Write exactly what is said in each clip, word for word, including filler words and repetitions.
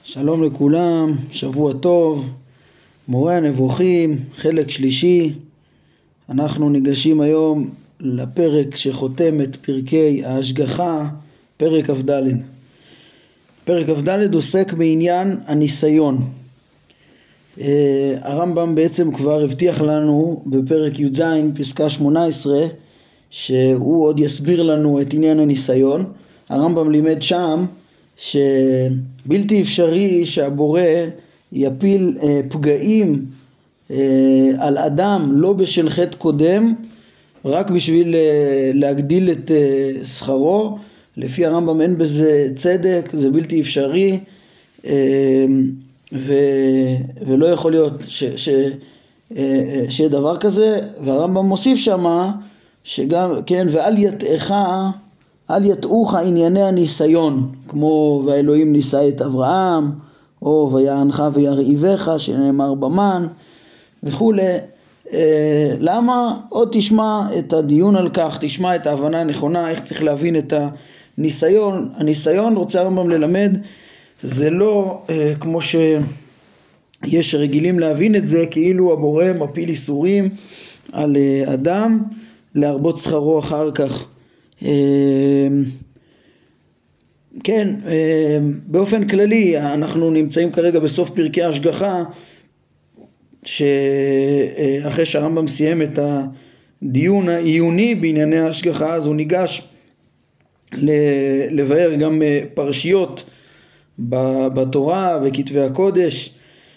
שלום לכולם, שבוע טוב, מורה הנבוכים, חלק שלישי. אנחנו ניגשים היום לפרק שחותם את פרקי ההשגחה, פרק כ"ד. פרק כ"ד עוסק בעניין הניסיון. הרמב"ם בעצם כבר הבטיח לנו בפרק י"ז פסקה שמונה עשרה שהוא עוד יסביר לנו את עניין הניסיון. הרמב"ם לימד שם שבלתי אפשרי שהבורא יפיל אה, פגעים אה, על אדם לא בשל חטא קודם רק בשביל אה, להגדיל את אה, שכרו. לפי הרמב"ם אין בזה צדק, זה בלתי אפשרי אה, ו, ולא יכול להיות ש, ש, אה, שיהיה דבר כזה. והרמב"ם מוסיף שמה שגם כן ואל יתאך אל יתאוך ענייני הניסיון, כמו והאלוהים ניסה את אברהם, או ויענך וירעיבך שנאמר במן וכו'. אה, למה? עוד תשמע את הדיון על כך, תשמע את ההבנה הנכונה, איך צריך להבין את הניסיון. הניסיון, רוצה הרמב"ם ללמד, זה לא אה, כמו שיש רגילים להבין את זה, כאילו הבורא מפיל איסורים על אה, אדם להרבות שכרו אחר כך. כן, באופן כללי אנחנו נמצאים כרגע בסוף פרקי ההשגחה, שאחרי שהרמב"ם סיים את הדיון העיוני בענייני ההשגחה, אז הוא ניגש לבאר גם פרשיות בתורה וכתבי הקודש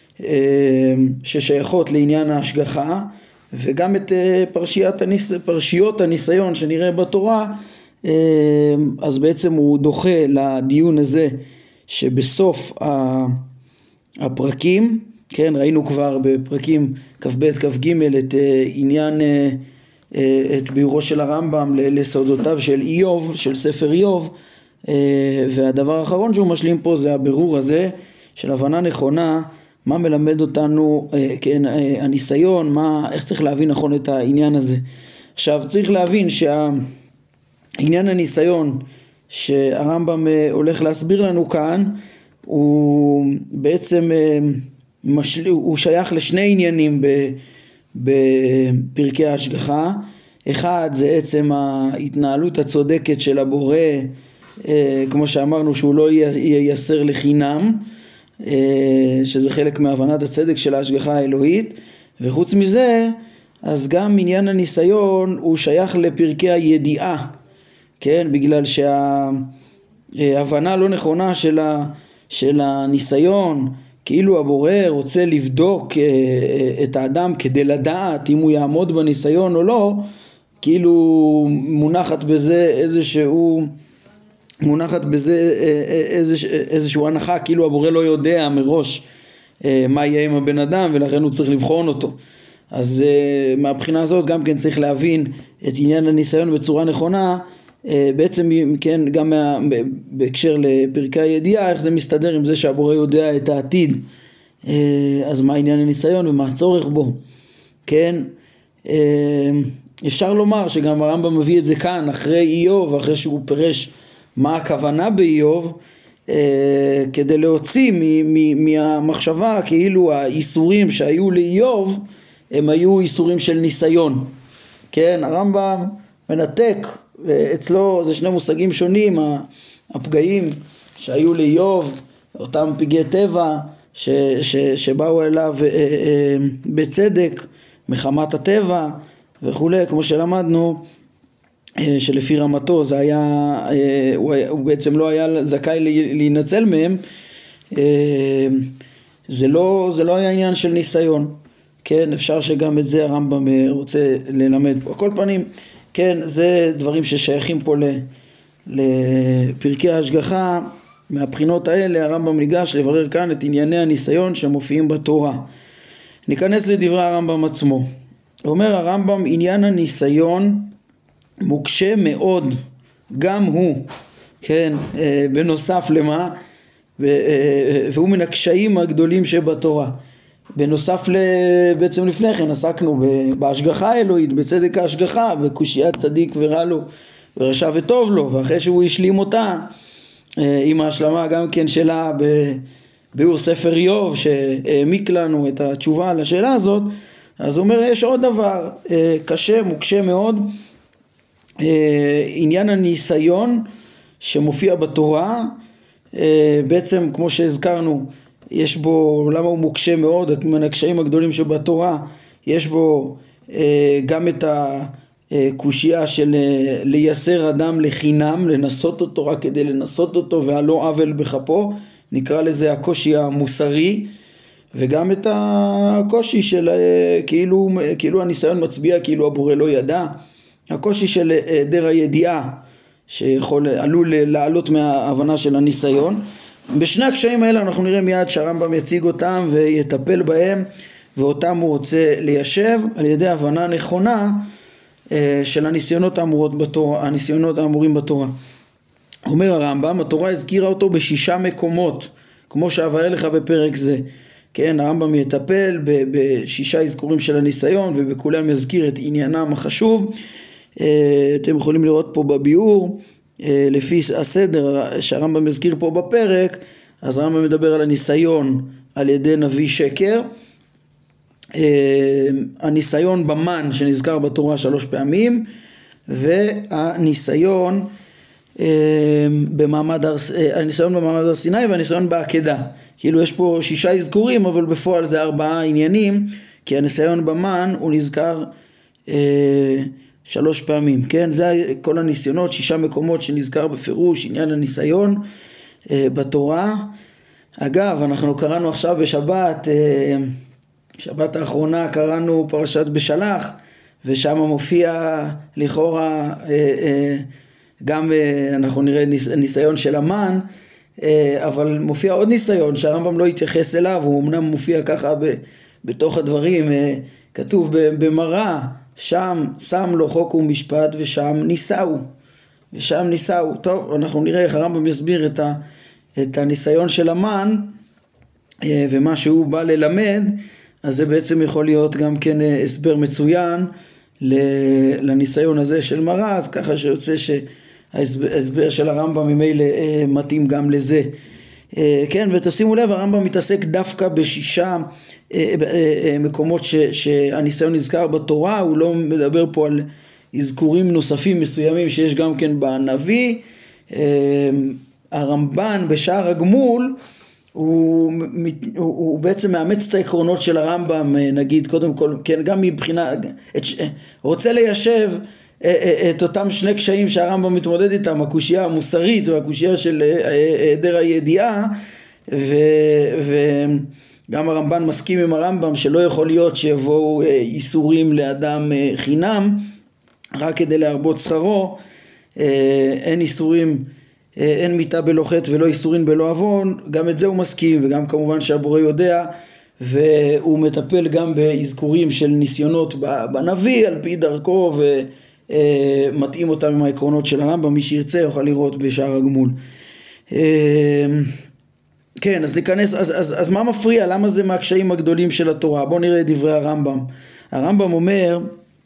ששייכות לעניין ההשגחה, וגם את פרשיית הניס... פרשיות הניסיון שנראה בתורה. אז בעצם הוא דוחה לדיון הזה שבסוף הפרקים, כן, ראינו כבר בפרקים כ"ב כ"ג את עניין, את ביאורו של הרמב"ם לסודותיו של איוב, של ספר איוב, והדבר האחרון שהוא משלים פה זה הבירור הזה של הבנה נכונה, מה מלמד אותנו, כן, הניסיון, מה, איך צריך להבין נכון את העניין הזה. עכשיו צריך להבין שהעניין הניסיון שהרמב"ם הולך להסביר לנו כאן, הוא בעצם משל... הוא שייך לשני עניינים בפרקי ההשגחה. אחד זה עצם ההתנהלות הצודקת של הבורא, כמו שאמרנו שהוא לא ייסר לחינם, שזה חלק מהבנת הצדק של ההשגחה האלוהית. וחוץ מזה, אז גם עניין הניסיון הוא שייך לפרקי הידיעה, כן, בגלל שההבנה לא נכונה של, ה, של הניסיון, כאילו הבורא רוצה לבדוק את האדם כדי לדעת אם הוא יעמוד בניסיון או לא, כאילו מונחת בזה איזשהו מונחת בזה איזוש, איזשהו הנחה, כאילו הבורא לא יודע מראש מה יהיה עם הבן אדם ולכן הוא צריך לבחון אותו. אז מהבחינה הזאת גם כן צריך להבין את עניין הניסיון בצורה נכונה, בעצם כן גם מה, בהקשר לפרקי הידיעה, איך זה מסתדר עם זה שהבורא יודע את העתיד. אז מה עניין הניסיון ומה הצורך בו, כן. אפשר לומר שגם הרמב"ם מביא את זה כאן אחרי איוב, אחרי שהוא פירש מה הכוונה באיוב, אה, כדי להוציא מ- מ- מהמחשבה כאילו האיסורים שהיו לאיוב הם היו איסורים של ניסיון. כן, הרמב"ם מנתק, אצלו זה שני מושגים שונים, הפגעים שהיו לאיוב, אותם פגעי טבע ש- ש- שבאו אליו אה, אה, בצדק מחמת הטבע וכו', כמו שלמדנו, שלפי רמתו זה היה, הוא בעצם לא היה זכאי להינצל מהם. זה לא, זה לא היה עניין של ניסיון, כן, אפשר שגם את זה הרמב"ם רוצה ללמד פה. כל פנים, כן, זה דברים ששייכים פה לפרקי ההשגחה. מהבחינות האלה הרמב"ם ניגש לברר כאן את ענייני הניסיון שמופיעים בתורה. ניכנס לדברי הרמב"ם עצמו. אומר הרמב"ם, עניין הניסיון מוקשה מאוד גם הוא, כן, בנוסף למה, והוא מן הקשיים הגדולים שבתורה. בנוסף בעצם לפני כן עסקנו בהשגחה האלוהית, בצדק ההשגחה, בקושיית צדיק ורע לו ורשע וטוב לו, ואחרי שהוא השלים אותה עם ההשלמה גם כן שלה בביאור ספר איוב שהעמיק לנו את התשובה על השאלה הזאת, אז הוא אומר יש עוד דבר קשה, מוקשה מאוד, עניין הניסיון שמופיע בתורה. בעצם כמו שהזכרנו, יש בו, למה הוא מוקשה מאוד, מן הקשיים הגדולים שבתורה, יש בו גם את הקושיה של לייסר אדם לחינם, לנסות אותו רק כדי לנסות אותו והלא עוול בכפו, נקרא לזה הקושי המוסרי, וגם את הקושי של כאילו, כאילו הניסיון מצביע כאילו הבורא לא ידע, הקושי של היעדר הידיעה שיכול, עלול לעלות מההבנה של הניסיון. בשני הקשיים האלה אנחנו נראה מיד שהרמב"ם יציג אותם ויטפל בהם, ואותם הוא רוצה ליישב על ידי הבנה נכונה של הניסיונות האמורות בתורה, הניסיונות האמורים בתורה. אומר הרמב"ם, התורה הזכירה אותו בשישה מקומות, כמו שאבאר לך בפרק זה. כן, הרמב"ם יטפל בשישה אזכורים של הניסיון, ובכולם יזכיר את עניינם החשוב. אתם יכולים לראות פה בביאור, לפי הסדר שהרמב"ם מזכיר פה בפרק, אז הרמב"ם מדבר על הניסיון על ידי נביא שקר, הניסיון במן שנזכר בתורה שלוש פעמים, והניסיון במעמד הר, הניסיון במעמד הר סיני והניסיון בעקדה. כאילו יש פה שישה אזכורים, אבל בפועל זה ארבעה עניינים, כי הניסיון במן הוא נזכר שלוש פעמים, כן? זה כל הניסיונות, שישה מקומות שנזכר בפירוש עניין הניסיון אה, בתורה. אגב, אנחנו קראנו עכשיו בשבת, אה, שבת האחרונה קראנו פרשת בשלח, ושם מופיע לכאורה אה, אה, גם אה, אנחנו נראה ניס, ניסיון של המן, אה, אבל מופיע עוד ניסיון שהרמב"ם לא התייחס אליו, הוא אמנם מופיע ככה ב, בתוך הדברים, אה, כתוב במראה, שם שם לו חוק ומשפט ושם ניסהו, ושם ניסהו. טוב, אנחנו נראה איך הרמב"ם יסביר את, ה, את הניסיון של המן ומה שהוא בא ללמד, אז זה בעצם יכול להיות גם כן הסבר מצוין לניסיון הזה של מראה, אז ככה שיוצא שההסבר של הרמב"ם ממילא מתאים גם לזה. כן, ותשימו לב, הרמב"ם מתעסק דווקא בשישה מקומות ש, שהניסיון נזכר בתורה, הוא לא מדבר פה על אזכורים נוספים מסוימים שיש גם כן בנביא. הרמב"ן בשער הגמול הוא, הוא, הוא בעצם מאמץ את העקרונות של הרמב"ם, נגיד קודם כל, כן, גם מבחינה, את, רוצה ליישב את אותם שני קשיים שהרמב"ם מתמודד איתם, הקושיה המוסרית והקושיה של היעדר הידיעה, וגם הרמב"ן מסכים עם הרמב"ם שלא יכול להיות שיבואו איסורים לאדם חינם רק כדי להרבות שכרו. אין איסורים, אין מיתה בלא חטא ולא איסורים בלא עוון, גם את זה הוא מסכים, וגם כמובן שהבורא יודע, והוא מטפל גם באזכורים של ניסיונות בנביא על פי דרכו, ו מתאים אותם עם העקרונות של הרמב"ם, מי שירצה יוכל לראות בשער הגמול. כן, אז ניכנס, אז, אז, אז מה מפריע? למה זה מהקשיים הגדולים של התורה? בואו נראה את דברי הרמב"ם. הרמב"ם אומר,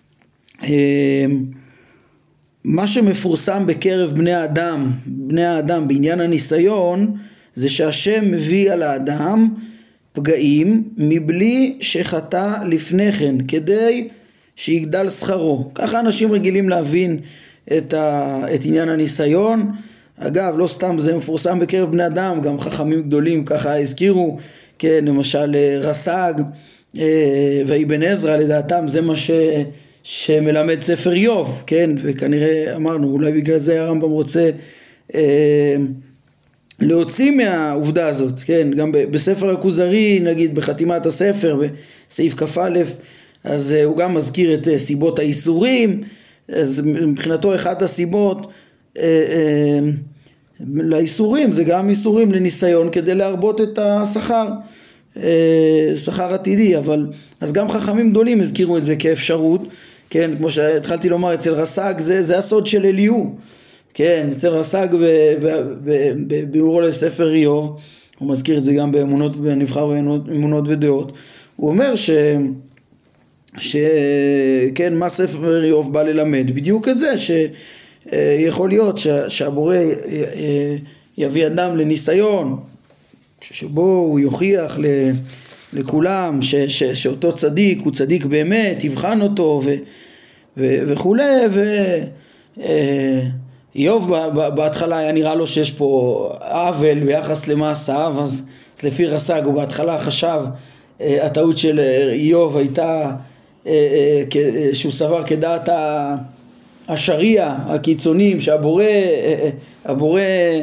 מה שמפורסם בקרב בני האדם, בני האדם בעניין הניסיון, זה שהשם מביא על האדם פגעים מבלי שחטא לפני כן, כדי שיגדל שכרו. ככה אנשים רגילים להבין את, ה, את עניין הניסיון. אגב, לא סתם זה מפורסם בקרב בני אדם, גם חכמים גדולים ככה הזכירו, כן, למשל רס"ג ואבן עזרא, לדעתם זה מה ש, שמלמד ספר איוב, כן, וכנראה אמרנו, אולי בגלל זה הרמב"ם רוצה אה, להוציא מהעובדה הזאת, כן, גם בספר הכוזרי, נגיד בחתימת הספר, בסעיף כ"א, אז הוא גם מזכיר את סיבות האיסורים. אז מבחינתו אחת הסיבות אה, אה, לאיסורים זה גם איסורים לניסיון כדי להרבות את השכר, אה, שכר עתידי. אבל אז גם חכמים גדולים הזכירו את זה כאפשרות, כן, כמו שהתחלתי לומר, אצל רס"ג זה, זה הסוד של אליהו, כן, אצל רס"ג בביאורו לספר איוב, הוא מזכיר את זה גם באמונות, בנבחר באמונות ודעות, הוא אומר ש שכן, מה ספר איוב בא ללמד? בדיוק את זה, שיכול להיות שהבורא יביא אדם לניסיון שבו הוא יוכיח ל, לכולם ש, ש, שאותו צדיק הוא צדיק באמת, יבחן אותו ו, ו, וכולי, ואיוב בהתחלה היה נראה לו שיש פה עוול ביחס למעשיו, אז לפי רס"ג הוא בהתחלה חשב, הטעות של איוב הייתה שהוא סבר כדעת השריעה הקיצונים, שהבורא הבורא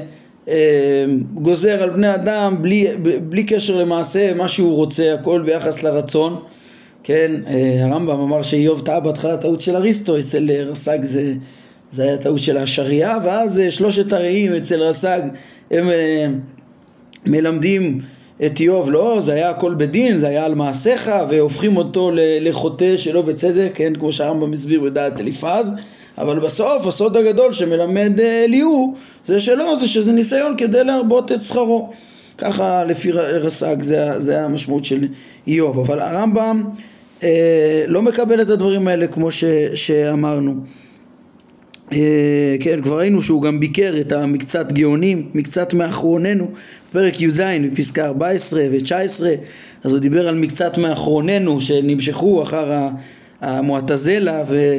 גוזר על בני אדם בלי, בלי קשר למעשה מה שהוא רוצה, הכל ביחס לרצון. כן, הרמב"ם אמר שאיוב טעה בהתחלה טעות של אריסטו, אצל רס"ג זה, זה היה טעות של השריעה, ואז שלושת הרעים אצל רס"ג הם מלמדים את איוב, לא, זה היה הכל בדין, זה היה על מעשיך, והופכים אותו לחוטא שלא בצדק, כן, כמו שהרמב"ם מסביר בדעת אליפז. אבל בסוף הסוד הגדול שמלמד אליהו זה שלא, זה שזה ניסיון כדי להרבות את שכרו. ככה לפי רס"ג זה, זה המשמעות של איוב. אבל הרמב"ם אה, לא מקבל את הדברים האלה כמו ש, שאמרנו. אה, כן, כבר ראינו שהוא גם ביקר את המקצת גאונים, מקצת מאחרוננו, פרק י"ז בפסקה ארבע עשרה ו-תשע עשרה, אז הוא דיבר על מקצת מאחרוננו שנמשכו אחר המועתזלה ו...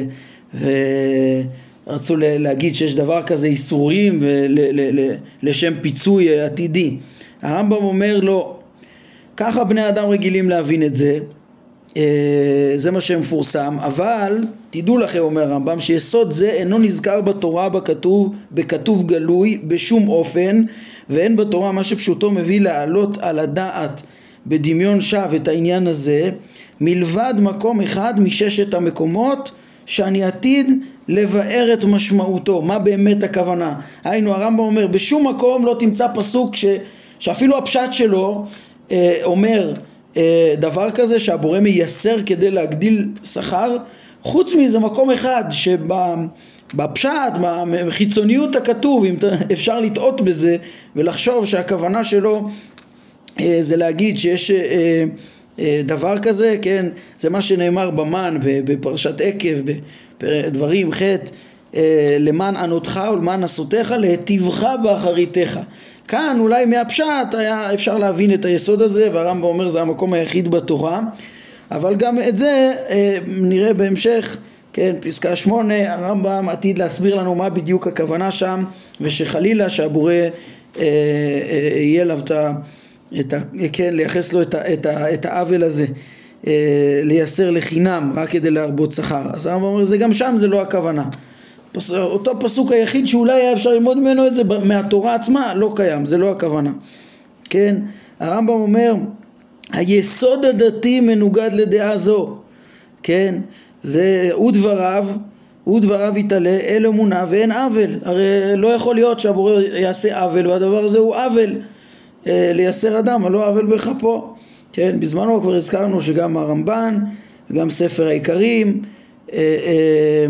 ורצו להגיד שיש דבר כזה איסורים לשם פיצוי עתידי. הרמב"ם אומר לו, ככה בני אדם רגילים להבין את זה, זה מה שמפורסם, אבל תדעו לכם, אומר הרמב"ם, שיסוד זה אינו נזכר בתורה בכתוב, בכתוב גלוי בשום אופן, ואין בתורה מה שפשוטו מביא לעלות על הדעת בדמיון שווא את העניין הזה, מלבד מקום אחד מששת המקומות שאני עתיד לבאר את משמעותו, מה באמת הכוונה. היינו, הרמב"ם אומר, בשום מקום לא תמצא פסוק ש, שאפילו הפשט שלו אה, אומר אה, דבר כזה שהבורא מייסר כדי להגדיל שכר, חוץ מזה מקום אחד שבפשט, בחיצוניות הכתוב, אם אפשר לטעות בזה ולחשוב שהכוונה שלו אה, זה להגיד שיש... אה, דבר כזה, כן, זה מה שנאמר במן בפרשת עקב בדברים ח' למען ענותך ולמען עשותך להיטיבך באחריתך. כאן אולי מהפשט היה אפשר להבין את היסוד הזה, והרמב"ם אומר זה המקום היחיד בתורה, אבל גם את זה נראה בהמשך, כן, פסקה שמונה, הרמב"ם עתיד להסביר לנו מה בדיוק הכוונה שם, ושחלילה שהבורא יהיה לו את ה... את ה, כן, לייחס לו את, ה, את, ה, את העוול הזה, אה, לייסר לחינם רק כדי להרבות שכר. אז הרמב"ם אומר, זה גם שם זה לא הכוונה. פס, אותו פסוק היחיד שאולי היה אפשר ללמוד ממנו את זה מהתורה עצמה, לא קיים, זה לא הכוונה. כן, הרמב"ם אומר, היסוד הדתי מנוגד לדעה זו. כן, זה הוא דבריו, הוא דבריו יתעלה, אל אמונה ואין עוול. הרי לא יכול להיות שהבורא יעשה עוול, והדבר הזה הוא עוול. לייסר אדם, לא עוול בכפו. כן, בזמנו כבר הזכרנו שגם הרמב"ן וגם ספר העיקרים אה, אה,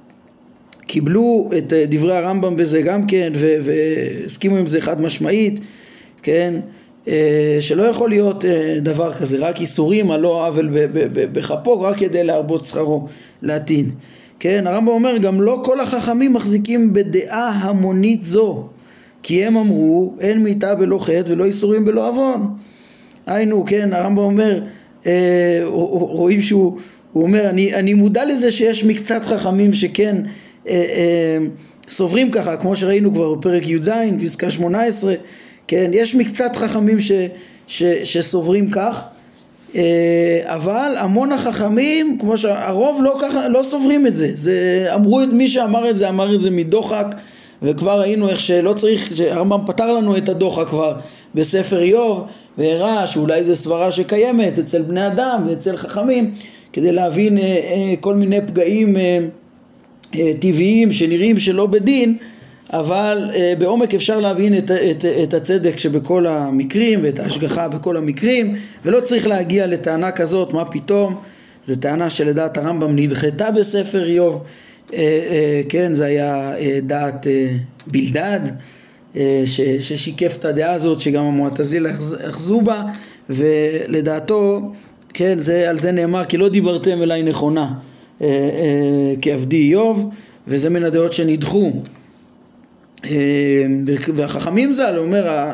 קיבלו את דברי הרמב"ם בזה גם כן, והסכימו עם זה חד משמעית, כן, אה, שלא יכול להיות אה, דבר כזה, רק איסורים על לא עוול בכפו, רק כדי להרבות שכרו לעתיד. כן, הרמב"ם אומר גם לא כל החכמים מחזיקים בדעה המונית זו, כי הם אמרו אין מיתה בלא חטא ולא איסורים בלא עוון. היינו, כן, הרמב"ם אומר, אה, רואים שהוא הוא אומר, אני, אני מודע לזה שיש מקצת חכמים שכן אה, אה, סוברים ככה, כמו שראינו כבר בפרק י"ז, פסקה שמונה עשרה, כן, יש מקצת חכמים ש, ש, שסוברים כך, אה, אבל המון החכמים, כמו שהרוב לא, ככה, לא סוברים את זה. זה אמרו, מי שאמר את זה, אמר את זה מדוחק, וכבר ראינו איך שלא צריך, שהרמב"ם פתר לנו את הדוחק כבר בספר איוב, והראה שאולי זה סברה שקיימת אצל בני אדם ואצל חכמים, כדי להבין אה, אה, כל מיני פגעים אה, אה, טבעיים שנראים שלא בדין, אבל אה, בעומק אפשר להבין את, את, את הצדק שבכל המקרים ואת ההשגחה בכל המקרים, ולא צריך להגיע לטענה כזאת, מה פתאום, זו טענה שלדעת הרמב"ם נדחתה בספר איוב, אה, אה, כן, זה היה אה, דעת אה, בלדד, אה, ש, ששיקף את הדעה הזאת שגם המועתזילה אחזו בה, ולדעתו, כן, זה, על זה נאמר כי לא דיברתם אליי נכונה אה, אה, כעבדי איוב, וזה מן הדעות שנדחו. אה, והחכמים ז"ל אומר,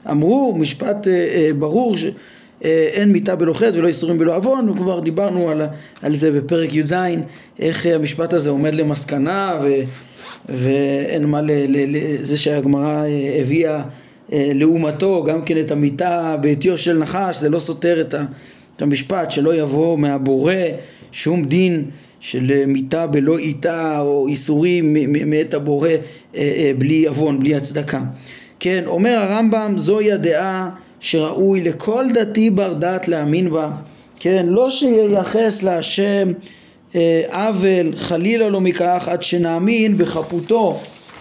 אמרו, משפט ברור שאין מיתה בלא חטא ולא איסורים בלא עוון, וכבר דיברנו על, על זה בפרק י"ז, איך המשפט הזה עומד למסקנה, ו, ואין מה לזה שהגמרא הביאה לעומתו גם כן את המיתה בעטיו של נחש, זה לא סותר את, ה, את המשפט שלא יבוא מהבורא שום דין של מיתה בלא איתה או איסורים מאת הבורא בלי עוון, בלי הצדקה. כן, אומר הרמב"ם, זוהי הדעה שראוי לכל דתי בר דעת להאמין בה, כן, לא שייחס להשם עוול, חלילה לא מכך, עד שנאמין בחפותו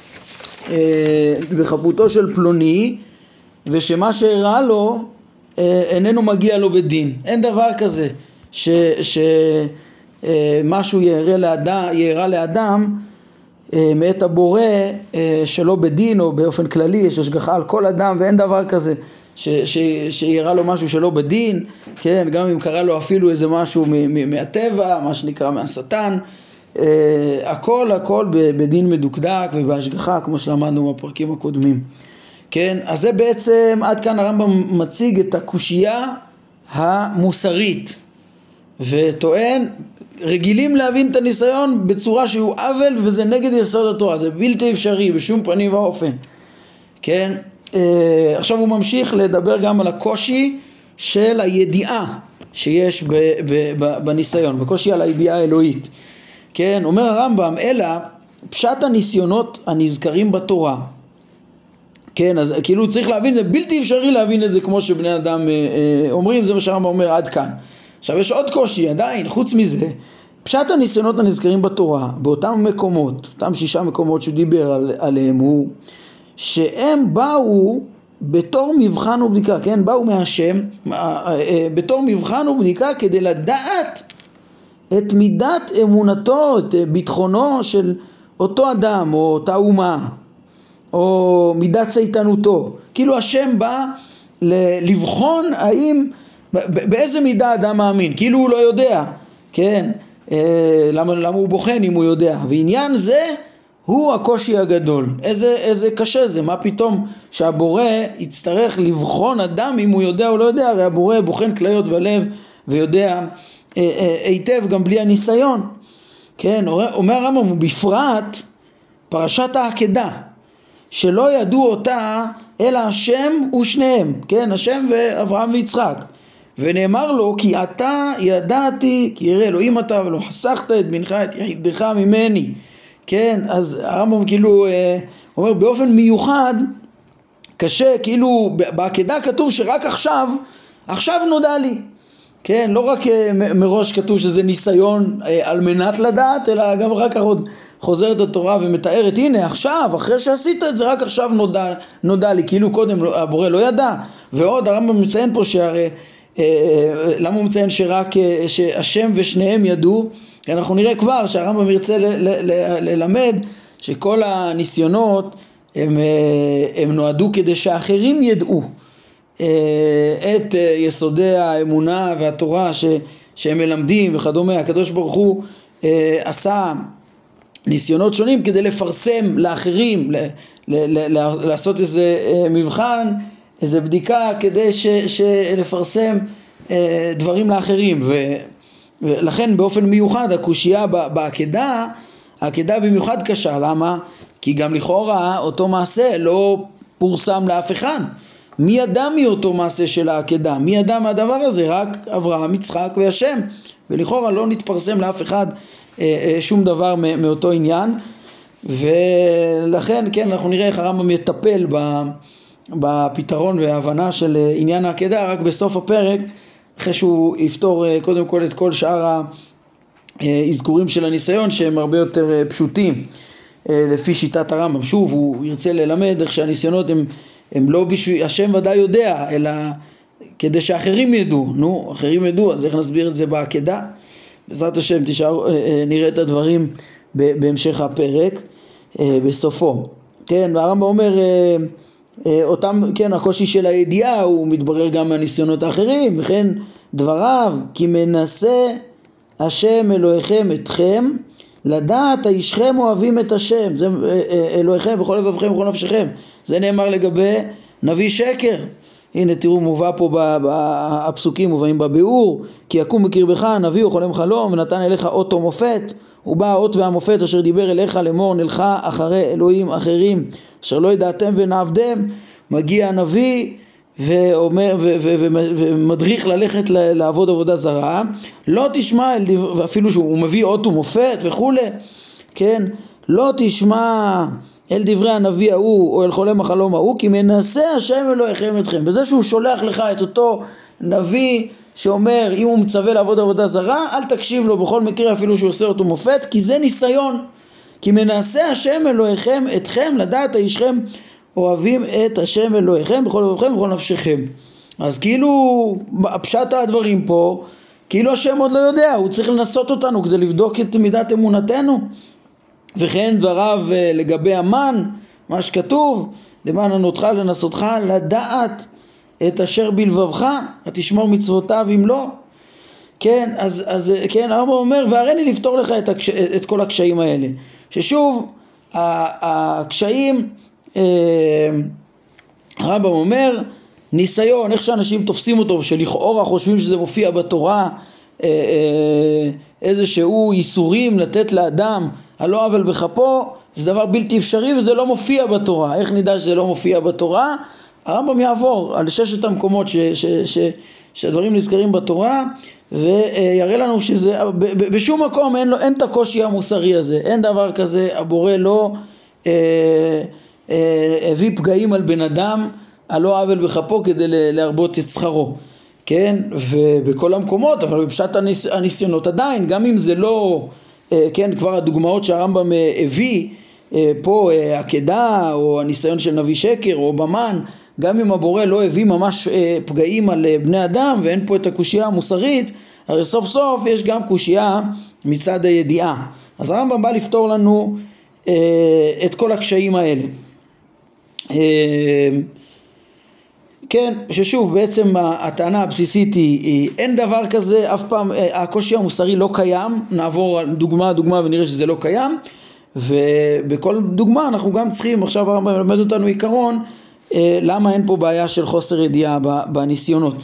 בחפותו של פלוני, ושמה שהראה לו איננו מגיע לו בדין. אין דבר כזה ש, שמשהו יראה לאדם, יראה לאדם מאת הבורא שלא בדין, או באופן כללי יש השגחה על כל אדם, ואין דבר כזה ש, ש, שיראה לו משהו שלא בדין, כן, גם אם קרה לו אפילו איזה משהו מהטבע, מה שנקרא מהשטן, הכל הכל בדין מדוקדק ובהשגחה, כמו שלמדנו בפרקים הקודמים. כן, אז זה בעצם, עד כאן הרמב"ם מציג את הקושייה המוסרית, וטוען, רגילים להבין את הניסיון בצורה שהוא עוול וזה נגד יסוד התורה, זה בלתי אפשרי בשום פנים ואופן. כן, עכשיו הוא ממשיך לדבר גם על הקושי של הידיעה שיש ב, ב, ב, בניסיון, בקושי על הידיעה האלוהית. כן, אומר הרמב"ם, אלא פשט הניסיונות הנזכרים בתורה. כן, אז כאילו צריך להבין, זה בלתי אפשרי להבין את זה כמו שבני אדם אה, אה, אומרים, זה מה שהרמב"ם אומר עד כאן. עכשיו יש עוד קושי עדיין, חוץ מזה, פשט הניסיונות הנזכרים בתורה, באותם מקומות, אותם שישה מקומות שהוא דיבר על, עליהם, הוא שהם באו בתור מבחן ובדיקה, כן, באו מהשם, בתור מבחן ובדיקה כדי לדעת את מידת אמונתו, את ביטחונו של אותו אדם או אותה אומה, או מידת צייתנותו. כאילו השם בא לבחון האם, באיזה מידה אדם מאמין, כאילו הוא לא יודע, כן, למה, למה הוא בוחן אם הוא יודע, ועניין זה הוא הקושי הגדול. איזה, איזה קשה זה, מה פתאום שהבורא יצטרך לבחון אדם אם הוא יודע או לא יודע, הרי הבורא בוחן כליות ולב ויודע היטב גם בלי הניסיון. כן, אומר הרמב"ם, ובפרט פרשת העקדה, שלא ידעו אותה אלא השם ושניהם, כן, השם ואברהם ויצחק, ונאמר לו, כי אתה ידעתי, כי ירא אלוהים אתה, ולא חסכת את בנך את יחידך ממני. כן, אז הרמב"ם כאילו אומר באופן מיוחד, קשה, כאילו בעקדה כתוב שרק עכשיו, עכשיו נודע לי. כן, לא רק מראש כתוב שזה ניסיון על מנת לדעת, אלא גם אחר כך עוד חוזרת התורה ומתארת, הנה עכשיו, אחרי שעשית את זה, רק עכשיו נודע, נודע לי, כאילו קודם הבורא לא ידע. ועוד הרמב"ם מציין פה שהרי, למה הוא מציין שרק שהשם ושניהם ידעו? אנחנו נראה כבר שהרמב"ם ירצה ל- ל- ל- ללמד שכל הניסיונות הם, הם נועדו כדי שאחרים ידעו את יסודי האמונה והתורה ש, שהם מלמדים וכדומה. הקדוש ברוך הוא עשה ניסיונות שונים כדי לפרסם לאחרים, ל, ל, ל, לעשות איזה מבחן, איזה בדיקה כדי ש, שלפרסם דברים לאחרים. ו ולכן באופן מיוחד הקושייה בעקדה, העקדה במיוחד קשה. למה? כי גם לכאורה אותו מעשה לא פורסם לאף אחד. מי ידע מאותו מעשה של העקדה? מי ידע מהדבר הזה? רק אברהם, יצחק והשם. ולכאורה לא נתפרסם לאף אחד שום דבר מאותו עניין. ולכן כן, אנחנו נראה איך הרמב"ם יטפל בפתרון וההבנה של עניין העקדה רק בסוף הפרק, אחרי שהוא יפתור קודם כל את כל שאר האזכורים של הניסיון שהם הרבה יותר פשוטים לפי שיטת הרמב"ם. שוב, הוא ירצה ללמד איך שהניסיונות הם, הם לא בשביל, השם ודאי יודע, אלא כדי שאחרים ידעו. נו, אחרים ידעו, אז איך נסביר את זה בעקדה? בעזרת השם תשאר, נראה את הדברים בהמשך הפרק, בסופו. כן, והרמב"ם אומר, אותם, כן, הקושי של הידיעה הוא מתברר גם מהניסיונות האחרים, וכן דבריו, כי מנסה השם אלוהיכם אתכם, לדעת הישכם אוהבים את השם, זה אלוהיכם בכל לבבכם ובכל נפשכם. זה נאמר לגבי נביא שקר. הנה תראו מובא פה בפסוקים מובאים בביאור, כי יקום בקרבך נביא וחולם חלום ונתן אליך אות ומופת, ובא האות והמופת אשר דיבר אליך לאמור נלכה אחרי אלוהים אחרים אשר לא ידעתם ונעבדם. מגיע הנביא ואומר ו- ו- ו- ומדריך ללכת לעבוד עבודה זרה, לא תשמע אל דבר, ואפילו שהוא מביא אות ומופת וכולי, כן, לא תשמע אל דברי הנביא ההוא או אל חולם החלום ההוא, כי מנסה השם אלוהיכם אתכם. בזה שהוא שולח לך את אותו נביא שאומר אם הוא מצווה לעבוד עבודה זרה אל תקשיב לו בכל מקרה אפילו שהוא עושה אותו מופת, כי זה ניסיון. כי מנסה השם אלוהיכם אתכם לדעת האישכם אוהבים את השם אלוהיכם בכל לבבכם ובכל נפשכם. אז כאילו פשט הדברים פה כאילו השם עוד לא יודע, הוא צריך לנסות אותנו כדי לבדוק את מידת אמונתנו. וכן דבריו לגבי המן, מה שכתוב, למען ענותך לנסותך לדעת את אשר בלבבך, ותשמור מצוותיו אם לא. כן, אז, אז כן, הרמב"ם אומר, והריני לפתור לך את, הקש... את כל הקשיים האלה. ששוב, הקשיים, הרמב"ם אומר, ניסיון, איך שאנשים תופסים אותו, שלכאורה חושבים שזה מופיע בתורה, איזשהו איסורים לתת לאדם על לא עוול בכפו, זה דבר בלתי אפשרי וזה לא מופיע בתורה. איך נדע שזה לא מופיע בתורה? הרמב"ם יעבור על ששת המקומות ש, ש, ש, שהדברים נזכרים בתורה ויראה לנו שזה בשום מקום אין, לו, אין את הקושי המוסרי הזה, אין דבר כזה, הבורא לא אה, אה, הביא פגעים על בן אדם על לא עוול בכפו כדי להרבות את שכרו, כן, ובכל המקומות, אבל בפשט הניס, הניסיונות עדיין, גם אם זה לא, כן, כבר הדוגמאות שהרמב"ם הביא פה, עקדה או הניסיון של נביא שקר או במן, גם אם הבורא לא הביא ממש פגעים על בני אדם ואין פה את הקושייה המוסרית, הרי סוף סוף יש גם קושייה מצד הידיעה. אז הרמב"ם בא לפתור לנו את כל הקשיים האלה. כן, ששוב בעצם הטענה הבסיסית היא, היא אין דבר כזה, אף פעם הקושי המוסרי לא קיים, נעבור דוגמה דוגמה ונראה שזה לא קיים, ובכל דוגמה אנחנו גם צריכים, עכשיו הרמב"ם מלמד אותנו עיקרון, למה אין פה בעיה של חוסר ידיעה בניסיונות.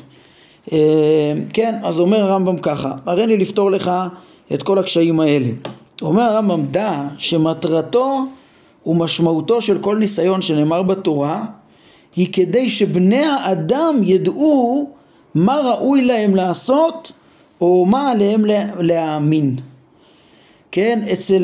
כן, אז אומר הרמב"ם ככה, הריני לפתור לך את כל הקשיים האלה. אומר הרמב"ם, דע שמטרתו ומשמעותו של כל ניסיון שנאמר בתורה, היא כדי שבני האדם ידעו מה ראוי להם לעשות או מה עליהם להאמין. כן, אצל,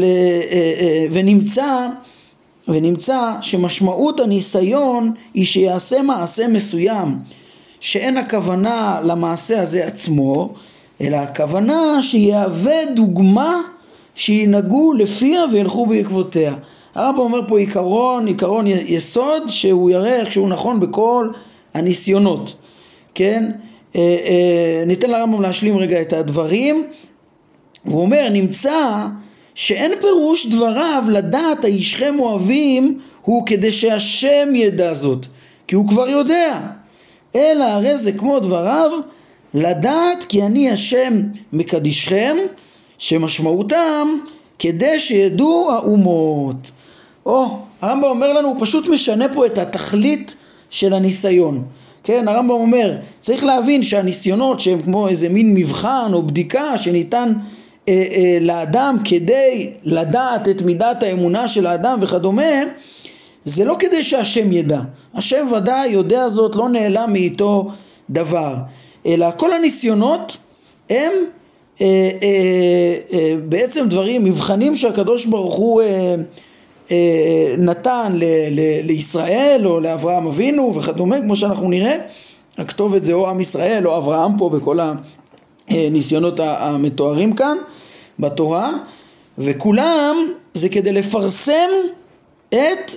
ונמצא, ונמצא שמשמעות הניסיון היא שיעשה מעשה מסוים שאין הכוונה למעשה הזה עצמו, אלא הכוונה שיהווה דוגמה שינהגו לפיה וילכו בעקבותיה. הרב אומר פה עיקרון, עיקרון יסוד שהוא יראה איך שהוא נכון בכל הניסיונות. כן? אה, אה, ניתן לרמב"ם להשלים רגע את הדברים. הוא אומר, נמצא שאין פירוש דבריו לדעת האישכם אוהבים הוא כדי שהשם ידע זאת, כי הוא כבר יודע. אלא הרי זה כמו דבריו לדעת כי אני השם מקדישכם, שמשמעותם כדי שידעו האומות. או, הרמב"ם אומר לנו, הוא פשוט משנה פה את התכלית של הניסיון. כן, הרמב"ם אומר, צריך להבין שהניסיונות שהם כמו איזה מין מבחן או בדיקה שניתן אה, אה, לאדם כדי לדעת את מידת האמונה של האדם וכדומה, זה לא כדי שהשם ידע. השם ודאי יודע זאת, לא נעלם מאיתו דבר. אלא כל הניסיונות הם אה, אה, אה, בעצם דברים, מבחנים שהקדוש ברוך הוא אה, אה, נתן ל, ל, לישראל או לאברהם אבינו וכדומה, כמו שאנחנו נראה. הכתובת זה או עם ישראל או אברהם פה בכל הניסיונות המתוארים כאן בתורה, וכולם זה כדי לפרסם את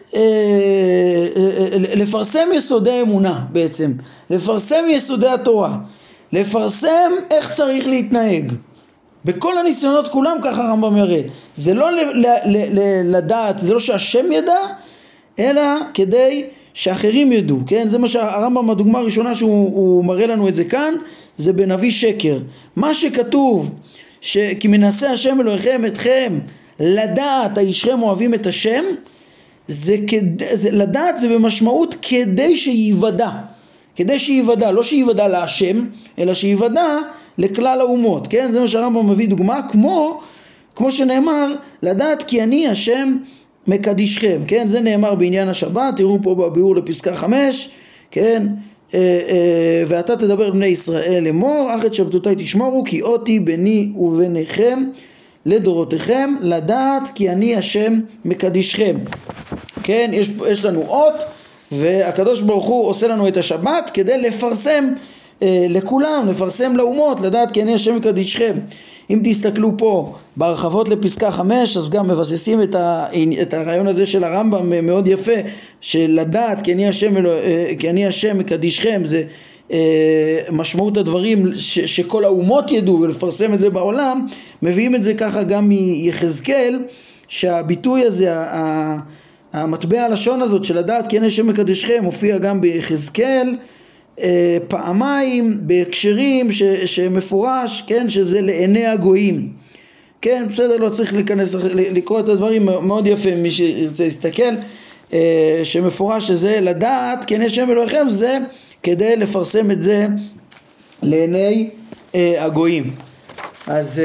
לפרסם יסודי אמונה, בעצם לפרסם יסודי התורה, לפרסם איך צריך להתנהג בכל הניסיונות כולם. ככה הרמב"ם יראה, זה לא ל, ל, ל, ל, לדעת, זה לא שהשם ידע, אלא כדי שאחרים ידעו. כן, זה מה שהרמב"ם, הדוגמה הראשונה שהוא מראה לנו את זה כאן, זה בנביא שקר. מה שכתוב שכי מנסה השם אלוהיכם אתכם לדעת האישכם אוהבים את השם, זה, כד... זה לדעת זה במשמעות כדי שיוודע, כדי שיוודע, לא שיוודע להשם, אלא שיוודע לכלל האומות, כן? זה מה שהרמב"ם מביא דוגמה, כמו, כמו שנאמר, לדעת כי אני השם מקדישכם, כן? זה נאמר בעניין השבת, תראו פה בביאור לפסקה חמש, כן? ואתה תדבר בני ישראל לאמור, אך את שבתותיי תשמורו, כי אותי ביני וביניכם לדורותיכם, לדעת כי אני השם מקדישכם. כן, יש, יש לנו אות, והקדוש ברוך הוא עושה לנו את השבת כדי לפרסם אה, לכולם, לפרסם לאומות, לדעת כי אני השם מקדישכם. אם תסתכלו פה בהרחבות לפסקה חמש, אז גם מבססים את, ה, את הרעיון הזה של הרמב"ם מאוד יפה, של לדעת כי אני השם, כי אני השם מקדישכם, זה אה, משמעות הדברים ש, שכל האומות ידעו ולפרסם את זה בעולם. מביאים את זה ככה גם מיחזקאל, שהביטוי הזה, המטבע הלשון הזאת של לדעת כי אני השם מקדישכם, מופיע גם ביחזקאל פעמיים בהקשרים ש, שמפורש, כן, שזה לעיני הגויים. כן, בסדר, לא צריך להיכנס לקרוא את הדברים, מאוד יפה מי שירצה להסתכל, שמפורש שזה לדעת כי אני השם אלוהיכם, זה כדי לפרסם את זה לעיני הגויים. אז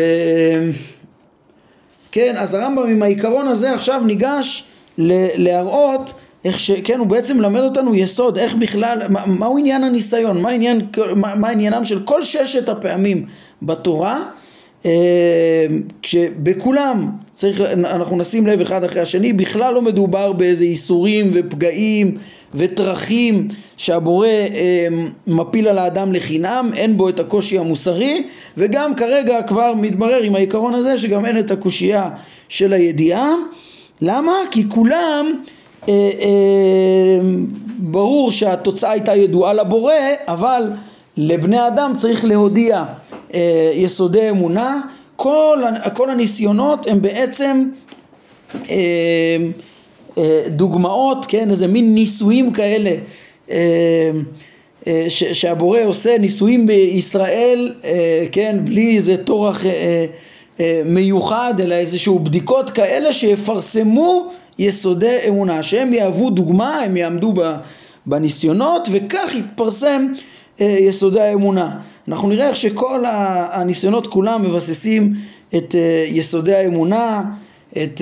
כן, אז הרמב"ם עם העיקרון הזה עכשיו ניגש להראות איך ש... כן, הוא בעצם מלמד אותנו יסוד, איך בכלל, מה, מהו עניין הניסיון, מה עניין, מה, מה עניינם של כל ששת הפעמים בתורה, אה, כשבכולם צריך, אנחנו נשים לב אחד אחרי השני, בכלל לא מדובר באיזה איסורים ופגעים וטרחים שהבורא אה, מפיל על האדם לחינם, אין בו את הקושי המוסרי, וגם כרגע כבר מתברר עם העיקרון הזה שגם אין את הקושייה של הידיעה. למה? כי כולם אה, אה, ברור שהתוצאה הייתה ידועה לבורא, אבל לבני אדם צריך להודיע אה, יסודי אמונה. כל, כל הניסיונות הם בעצם אה, אה, דוגמאות, כן, איזה מין ניסויים כאלה אה, אה, ש, שהבורא עושה, ניסויים בישראל, אה, כן, בלי איזה תורח אה, אה, מיוחד, אלא איזשהו בדיקות כאלה שיפרסמו יסודי אמונה, שהם יהוו דוגמה, הם יעמדו בניסיונות, וכך יתפרסם יסודי האמונה. אנחנו נראה איך שכל הניסיונות כולם מבססים את יסודי האמונה, את,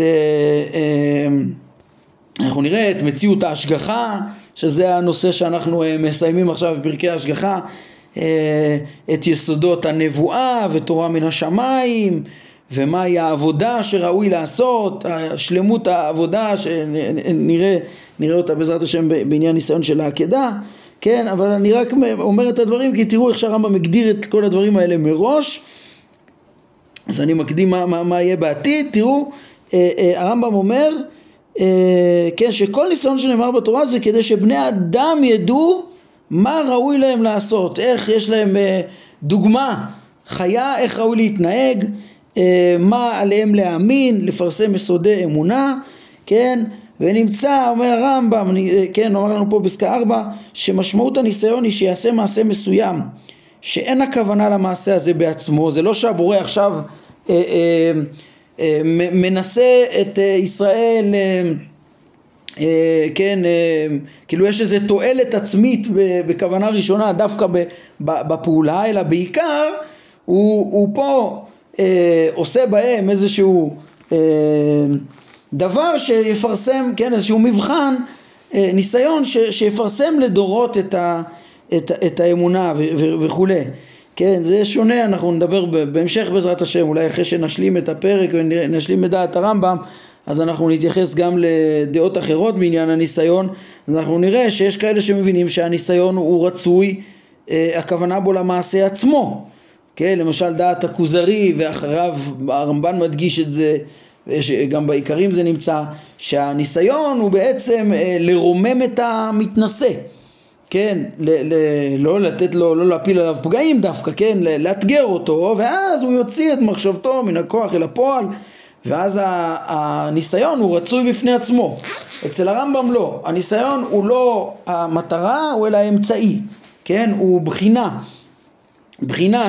אנחנו נראה את מציאות ההשגחה, שזה הנושא שאנחנו מסיימים עכשיו בפרקי ההשגחה, את יסודות הנבואה ותורה מן השמיים, ומהי העבודה שראוי לעשות, שלמות העבודה שנראה נראה אותה בעזרת השם בעניין ניסיון של העקדה, כן, אבל אני רק אומר את הדברים כי תראו איך שהרמב"ם מגדיר את כל הדברים האלה מראש. אז אני מקדים מה, מה, מה יהיה בעתיד. תראו, אה, אה, הרמב"ם אומר אה, כן, שכל ניסיון שנאמר בתורה זה כדי שבני אדם ידעו מה ראוי להם לעשות, איך יש להם אה, דוגמה חיה, איך ראוי להתנהג, מה עליהם להאמין, לפרסם יסודי אמונה, כן, ונמצא, אומר הרמב"ם, כן, אומר לנו פה בפסקה ארבע, שמשמעות הניסיון היא שיעשה מעשה מסוים, שאין הכוונה למעשה הזה בעצמו, זה לא שהבורא עכשיו אה, אה, אה, מנסה את אה, ישראל, אה, אה, כן, אה, כאילו יש איזו תועלת עצמית בכוונה ראשונה, דווקא בפעולה, אלא בעיקר הוא, הוא פה, אה, עושה בהם איזשהו אה, דבר שיפרסם, כן, איזשהו מבחן, אה, ניסיון ש, שיפרסם לדורות את, ה, את, את האמונה ו, ו, וכו'. כן, זה שונה, אנחנו נדבר בהמשך בעזרת השם, אולי אחרי שנשלים את הפרק ונשלים את דעת הרמב"ם, אז אנחנו נתייחס גם לדעות אחרות בעניין הניסיון. אז אנחנו נראה שיש כאלה שמבינים שהניסיון הוא רצוי, אה, הכוונה בו למעשה עצמו, כן, למשל דעת הכוזרי, ואחריו הרמב"ן מדגיש את זה, גם בעיקרים זה נמצא, שהניסיון הוא בעצם אה, לרומם את המתנשא, כן, ל- ל- לא לתת לו, לא להפיל עליו פגעים דווקא, כן, לאתגר אותו, ואז הוא יוציא את מחשבתו מן הכוח אל הפועל, ואז הניסיון הוא רצוי בפני עצמו. אצל הרמב"ם לא, הניסיון הוא לא המטרה, הוא אלא האמצעי, כן, הוא בחינה, בחינה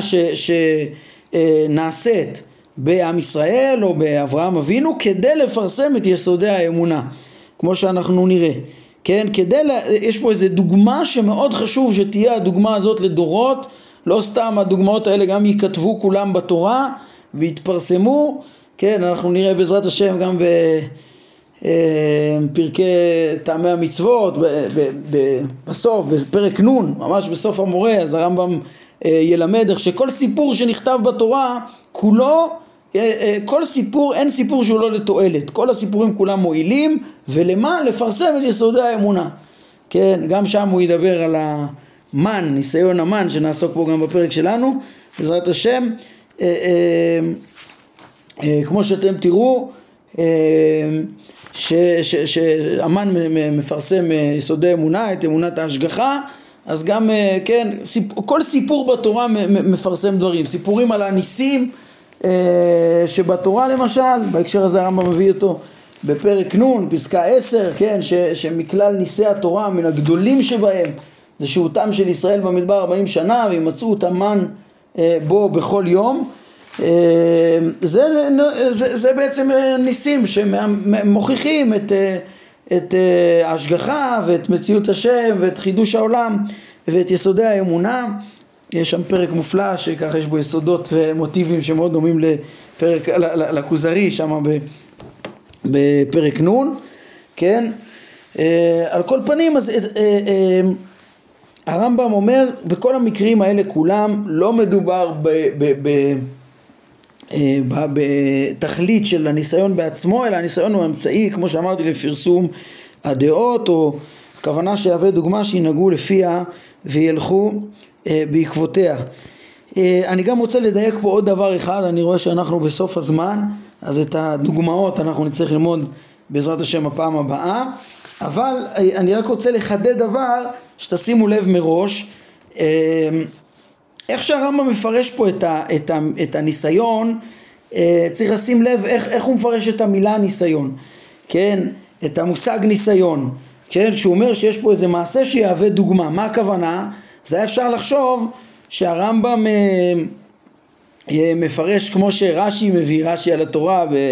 שנעשית בעם ישראל או באברהם אבינו כדי לפרסם את יסודי האמונה. כמו שאנחנו נראה. כן, כדי לה, יש פה איזו דוגמה שמאוד חשוב שתהיה הדוגמה הזאת לדורות, לא סתם הדוגמאות האלה גם ייכתבו כולם בתורה ויתפרסמו. כן, אנחנו נראה בעזרת השם גם בפרקי טעמי המצוות, ב, ב, ב, בסוף, בפרק נון, ממש בסוף המורה, אז הרמב"ם ילמד איך שכל סיפור שנכתב בתורה, כולו, כל סיפור, אין סיפור שהוא לא לתועלת, כל הסיפורים כולם מועילים, ולמה? לפרסם את יסודי האמונה. כן, גם שם הוא ידבר על המן, ניסיון המן, שנעסוק בו גם בפרק שלנו, בעזרת השם. אה, אה, אה, כמו שאתם תראו, אה, ש, ש, שהמן מפרסם יסודי אמונה, את אמונת ההשגחה, אז גם, כן, סיפ, כל סיפור בתורה מפרסם דברים, סיפורים על הניסים שבתורה למשל, בהקשר הזה הרמב"ם מביא אותו בפרק נון, פסקה עשר, כן, ש, שמכלל ניסי התורה מן הגדולים שבהם זה שהותם של ישראל במדבר ארבעים שנה וימצאו את המן בו בכל יום. זה, זה, זה בעצם ניסים שמוכיחים את, את ההשגחה ואת מציאות השם ואת חידוש העולם ואת יסודי האמונה. יש שם פרק מופלא שככה יש בו יסודות ומוטיבים שמאוד דומים לפרק, לכוזרי שם בפרק נון. כן, על כל פנים, אז הרמב"ם אומר בכל המקרים האלה כולם לא מדובר ב, ב, ב, בתכלית של הניסיון בעצמו, אלא הניסיון הוא אמצעי, כמו שאמרתי, לפרסום הדעות, או הכוונה שיהווה דוגמה שינהגו לפיה וילכו בעקבותיה. אני גם רוצה לדייק פה עוד דבר אחד, אני רואה שאנחנו בסוף הזמן, אז את הדוגמאות אנחנו נצטרך ללמוד בעזרת השם הפעם הבאה, אבל אני רק רוצה לחדד דבר שתשימו לב מראש, איך שהרמב"ם מפרש פה את, ה, את, ה, את הניסיון, צריך לשים לב איך, איך הוא מפרש את המילה ניסיון, כן, את המושג ניסיון, כן, כשהוא אומר שיש פה איזה מעשה שיהווה דוגמה, מה הכוונה? זה היה אפשר לחשוב שהרמב"ם מפרש כמו שרש"י מביא, רש"י על התורה ב,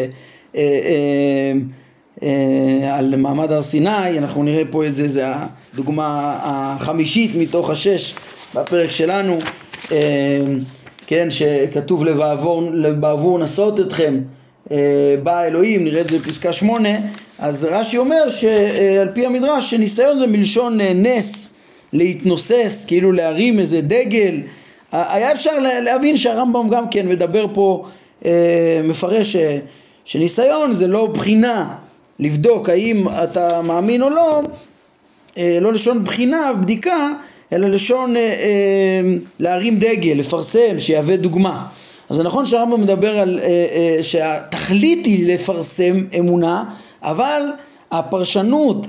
על מעמד הר סיני, אנחנו נראה פה את זה, זה הדוגמה החמישית מתוך השש בפרק שלנו, כן, שכתוב לבעבור, לבעבור נסות אתכם, בא אלוהים, נראה את זה בפסקה שמונה. אז רש"י אומר שעל פי המדרש שניסיון זה מלשון נס, להתנוסס, כאילו להרים איזה דגל. היה אפשר להבין שהרמב"ם גם כן מדבר פה, מפרש שניסיון זה לא בחינה, לבדוק האם אתה מאמין או לא, לא לשון בחינה, בדיקה, אלא לשון להרים דגל, לפרסם, שיהווה דוגמה. אז זה נכון שהרמב"ם מדבר על שהתכלית היא לפרסם אמונה, אבל הפרשנות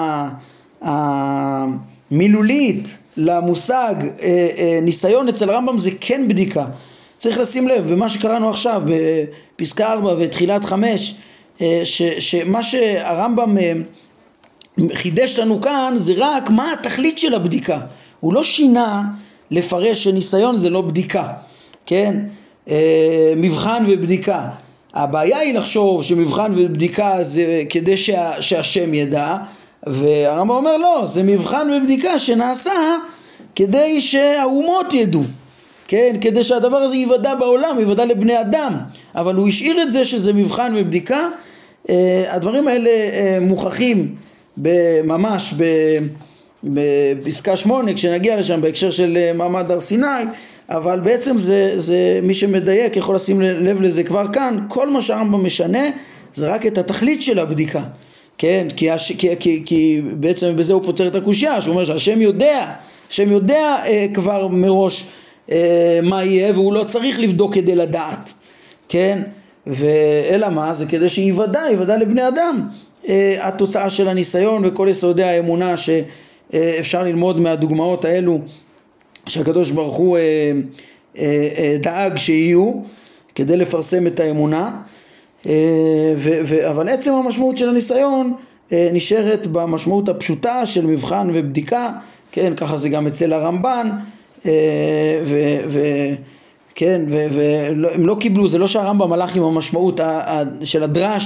המילולית למושג ניסיון אצל הרמב"ם זה כן בדיקה. צריך לשים לב במה שקראנו עכשיו בפסקה ארבע ותחילת חמש, שמה שהרמב"ם חידש לנו כאן זה רק מה התכלית של הבדיקה. הוא לא שינה לפרש שניסיון זה לא בדיקה, כן? מבחן ובדיקה. הבעיה היא לחשוב שמבחן ובדיקה זה כדי שה, שהשם ידע, והרמב"ם אומר לא, זה מבחן ובדיקה שנעשה כדי שהאומות ידעו, כן? כדי שהדבר הזה יוודע בעולם, יוודע לבני אדם, אבל הוא השאיר את זה שזה מבחן ובדיקה. הדברים האלה מוכחים ממש בפסקה שמונה כשנגיע לשם בהקשר של מעמד הר סיני, אבל בעצם זה, זה מי שמדייק יכול לשים לב לזה כבר כאן. כל מה שהרמב"ם משנה זה רק את התכלית של הבדיקה, כן? כי, כי, כי, כי בעצם בזה הוא פותר את הקושיה, שהוא אומר שהשם יודע, השם יודע אה, כבר מראש אה, מה יהיה, והוא לא צריך לבדוק כדי לדעת, כן? ואלא מה? זה כדי שיוודע, יוודע לבני אדם אה, התוצאה של הניסיון וכל יסודי האמונה שאפשר ללמוד מהדוגמאות האלו שהקדוש ברוך הוא אה, אה, אה, דאג שיהיו כדי לפרסם את האמונה. אה, ו, ו, אבל עצם המשמעות של הניסיון אה, נשארת במשמעות הפשוטה של מבחן ובדיקה, כן, ככה זה גם אצל הרמב"ן, אה, ו, ו, כן, והם לא קיבלו, זה לא שהרמב"ם הלך עם המשמעות ה, ה, של הדרש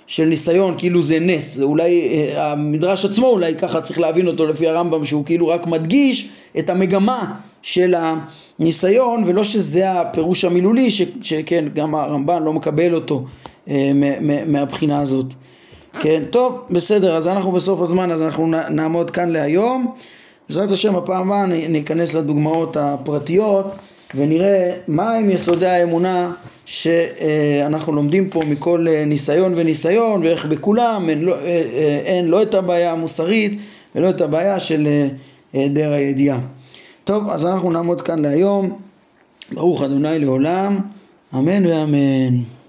של ניסיון כאילו זה נס, זה אולי המדרש עצמו אולי ככה צריך להבין אותו לפי הרמב"ם, שהוא כאילו רק מדגיש את המגמה של הניסיון, ולא שזה הפירוש המילולי ש, שכן גם הרמב"ן לא מקבל אותו אה, מהבחינה הזאת. כן, טוב, בסדר, אז אנחנו בסוף הזמן, אז אנחנו נעמוד כאן להיום. בעזרת השם הפעם הבאה ניכנס לדוגמאות הפרטיות ונראה מה הם יסודי האמונה שאנחנו לומדים פה מכל ניסיון וניסיון, ואיך בכולם אין לא, אין לא את הבעיה המוסרית ולא את הבעיה של היעדר הידיעה. טוב, אז אנחנו נעמוד כאן להיום. ברוך ה' לעולם, אמן ואמן.